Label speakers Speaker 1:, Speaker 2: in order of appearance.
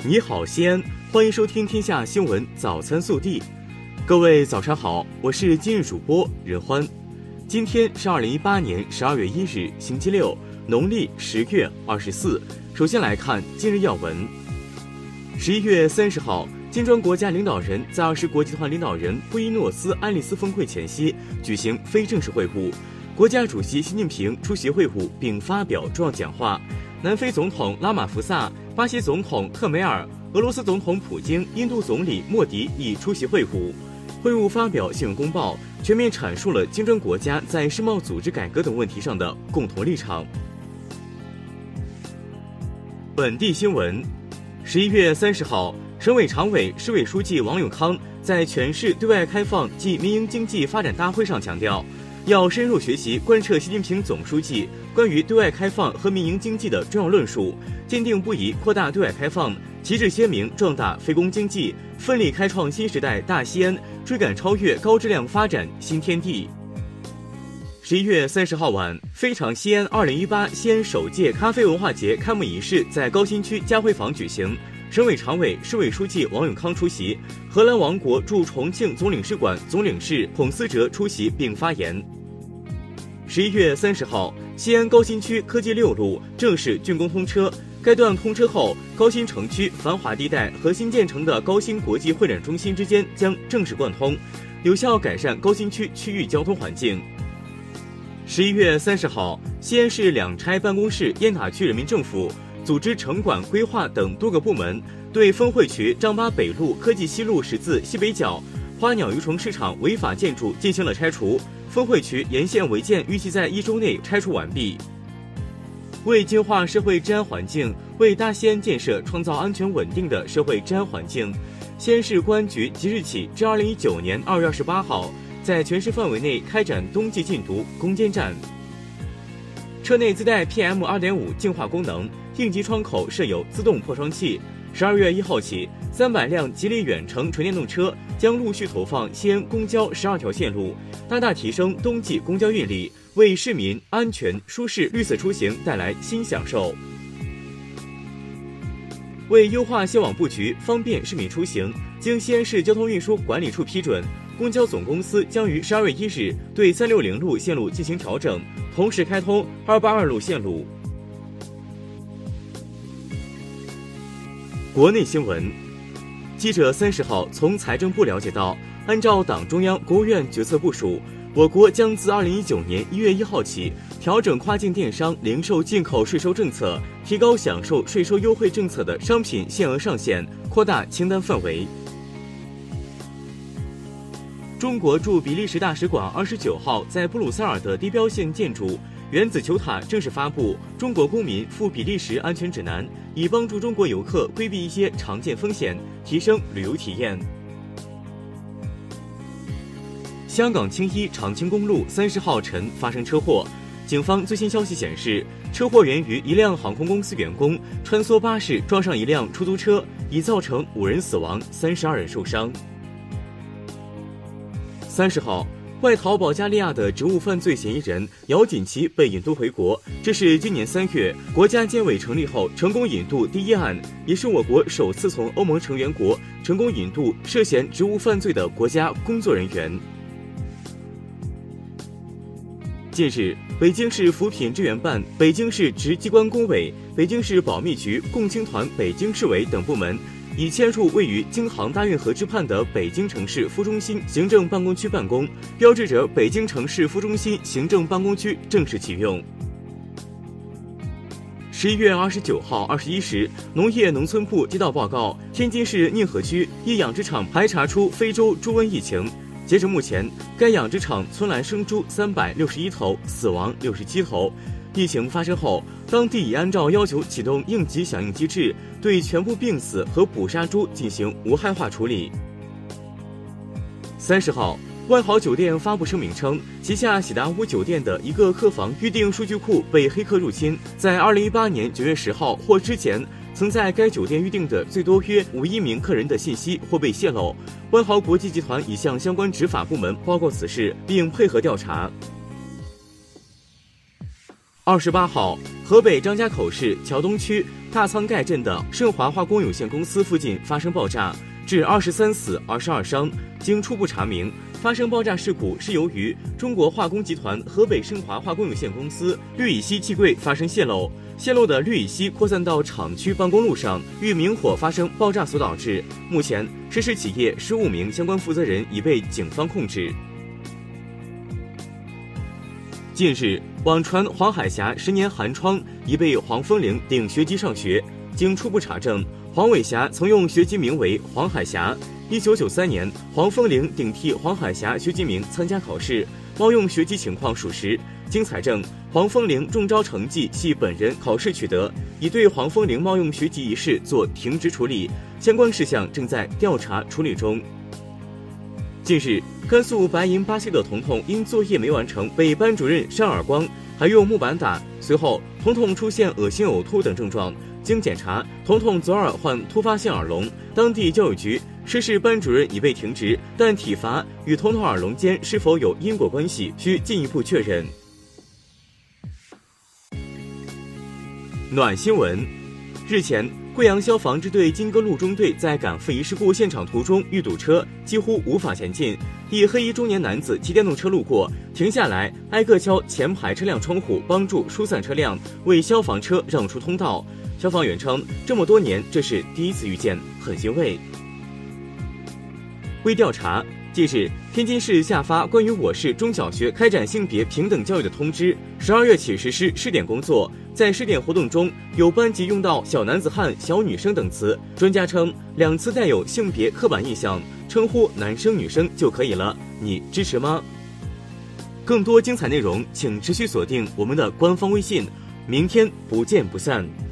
Speaker 1: 你好，西安，欢迎收听《天下新闻早餐速递》。各位早上好，我是今日主播任欢。今天是2018年12月1日，星期六，农历10月24。首先来看今日要闻。11月30号，金砖国家领导人在20国集团领导人布宜诺斯艾利斯峰会前夕举行非正式会晤，国家主席习近平出席会晤并发表重要讲话。南非总统拉马福萨、巴西总统特梅尔、俄罗斯总统普京、印度总理莫迪亦出席会晤。会晤发表新闻公报，全面阐述了金砖国家在世贸组织改革等问题上的共同立场。本地新闻：11月30号，省委常委、市委书记王永康在全市对外开放暨民营经济发展大会上强调，要深入学习贯彻习近平总书记关于对外开放和民营经济的重要论述，坚定不移扩大对外开放，旗帜鲜明壮大非公经济，奋力开创新时代大西安，追赶超越高质量发展新天地。11月30号晚，非常西安2018西安首届咖啡文化节开幕仪式在高新区嘉辉坊举行，省委常委、市委书记王永康出席，荷兰王国驻重庆总领事馆总领事孔思哲出席并发言。11月30号，西安高新区科技6路正式竣工通车。该段通车后，高新城区繁华地带和新建成的高新国际会展中心之间将正式贯通，有效改善高新区区域交通环境。11月30号，西安市两差办公室雁塔区人民政府组织城管、规划等多个部门对分会区张巴北路、科技西路十字西北角花鸟鱼虫市场违法建筑进行了拆除，分会区沿线违建预计在1周内拆除完毕。为净化社会治安环境，为大西安建设创造安全稳定的社会治安环境，西安市公安局即日起至2019年2月28号，在全市范围内开展冬季禁毒攻坚战。车内自带 PM2.5 净化功能，应急窗口设有自动破窗器。12月1号起，300辆吉利远程纯电动车将陆续投放西安公交12条线路，大大提升冬季公交运力，为市民安全、舒适、绿色出行带来新享受。为优化线网布局，方便市民出行，经西安市交通运输管理处批准，公交总公司将于12月1日对360路线路进行调整，同时开通282路线路。国内新闻，记者30号从财政部了解到，按照党中央、国务院决策部署，我国将自2019年1月1号起调整跨境电商、零售进口税收政策，提高享受税收优惠政策的商品限额上限，扩大清单范围。中国驻比利时大使馆29号在布鲁塞尔的地标性建筑原子球塔正式发布《中国公民赴比利时安全指南》，以帮助中国游客规避一些常见风险，提升旅游体验。香港青衣长青公路30号晨发生车祸，警方最新消息显示，车祸源于一辆航空公司员工穿梭巴士撞上一辆出租车，已造成5人死亡，32人受伤。30号，外逃保加利亚的职务犯罪嫌疑人姚锦旗被引渡回国，这是今年3月国家监委成立后成功引渡第一案，也是我国首次从欧盟成员国成功引渡涉嫌职务犯罪的国家工作人员。近日，北京市扶贫支援办、北京市直机关工委、北京市保密局、共青团北京市委等部门已迁入位于京杭大运河支畔的北京城市副中心行政办公区办公，标志着北京城市副中心行政办公区正式启用。11月29号21时，农业农村部接到报告，天津市宁河区一养殖场排查出非洲猪瘟疫情。截至目前，该养殖场存栏生猪361头，死亡67头。疫情发生后，当地已按照要求启动应急响应机制，对全部病死和捕杀猪进行无害化处理。30号，万豪酒店发布声明称，旗下喜达屋酒店的一个客房预订数据库被黑客入侵，在2018年9月10号或之前，曾在该酒店预订的最多约51名客人的信息或被泄露。万豪国际集团已向相关执法部门报告此事，并配合调查。28号，河北张家口市桥东区大仓盖镇的盛华化工有限公司附近发生爆炸，致23死22伤。经初步查明，发生爆炸事故是由于中国化工集团河北盛华化工有限公司氯乙烯气柜发生泄漏，泄漏的氯乙烯扩散到厂区办公路上，遇明火发生爆炸所导致。目前，涉事企业15名相关负责人已被警方控制。近日，网传黄海霞10年寒窗已被黄风玲顶学籍上学。经初步查证，黄伟霞曾用学籍名为黄海霞。1993年，黄风玲顶替黄海霞学籍名参加考试，冒用学籍情况属实。经采证，黄风玲中招成绩系本人考试取得，已对黄风玲冒用学籍一事做停职处理，相关事项正在调查处理中。近日，甘肃白银巴西的彤彤因作业没完成被班主任扇耳光，还用木板打，随后彤彤出现恶心、呕吐等症状。经检查，彤彤左耳患突发性耳聋，当地教育局涉事班主任已被停职，但体罚与彤彤耳聋间是否有因果关系，需进一步确认。暖新闻，日前，贵阳消防支队金戈路中队在赶赴一事故现场途中遇堵车，几乎无法前进。一黑衣中年男子骑电动车路过，停下来挨个敲前排车辆窗户，帮助疏散车辆，为消防车让出通道。消防员称，这么多年这是第一次遇见，很欣慰。微调查，近日，天津市下发关于我市中小学开展性别平等教育的通知，12月起实施试点工作。在试点活动中，有班级用到小男子汉、小女生等词，专家称2次带有性别刻板印象，称呼男生女生就可以了，你支持吗？更多精彩内容，请持续锁定我们的官方微信，明天不见不散。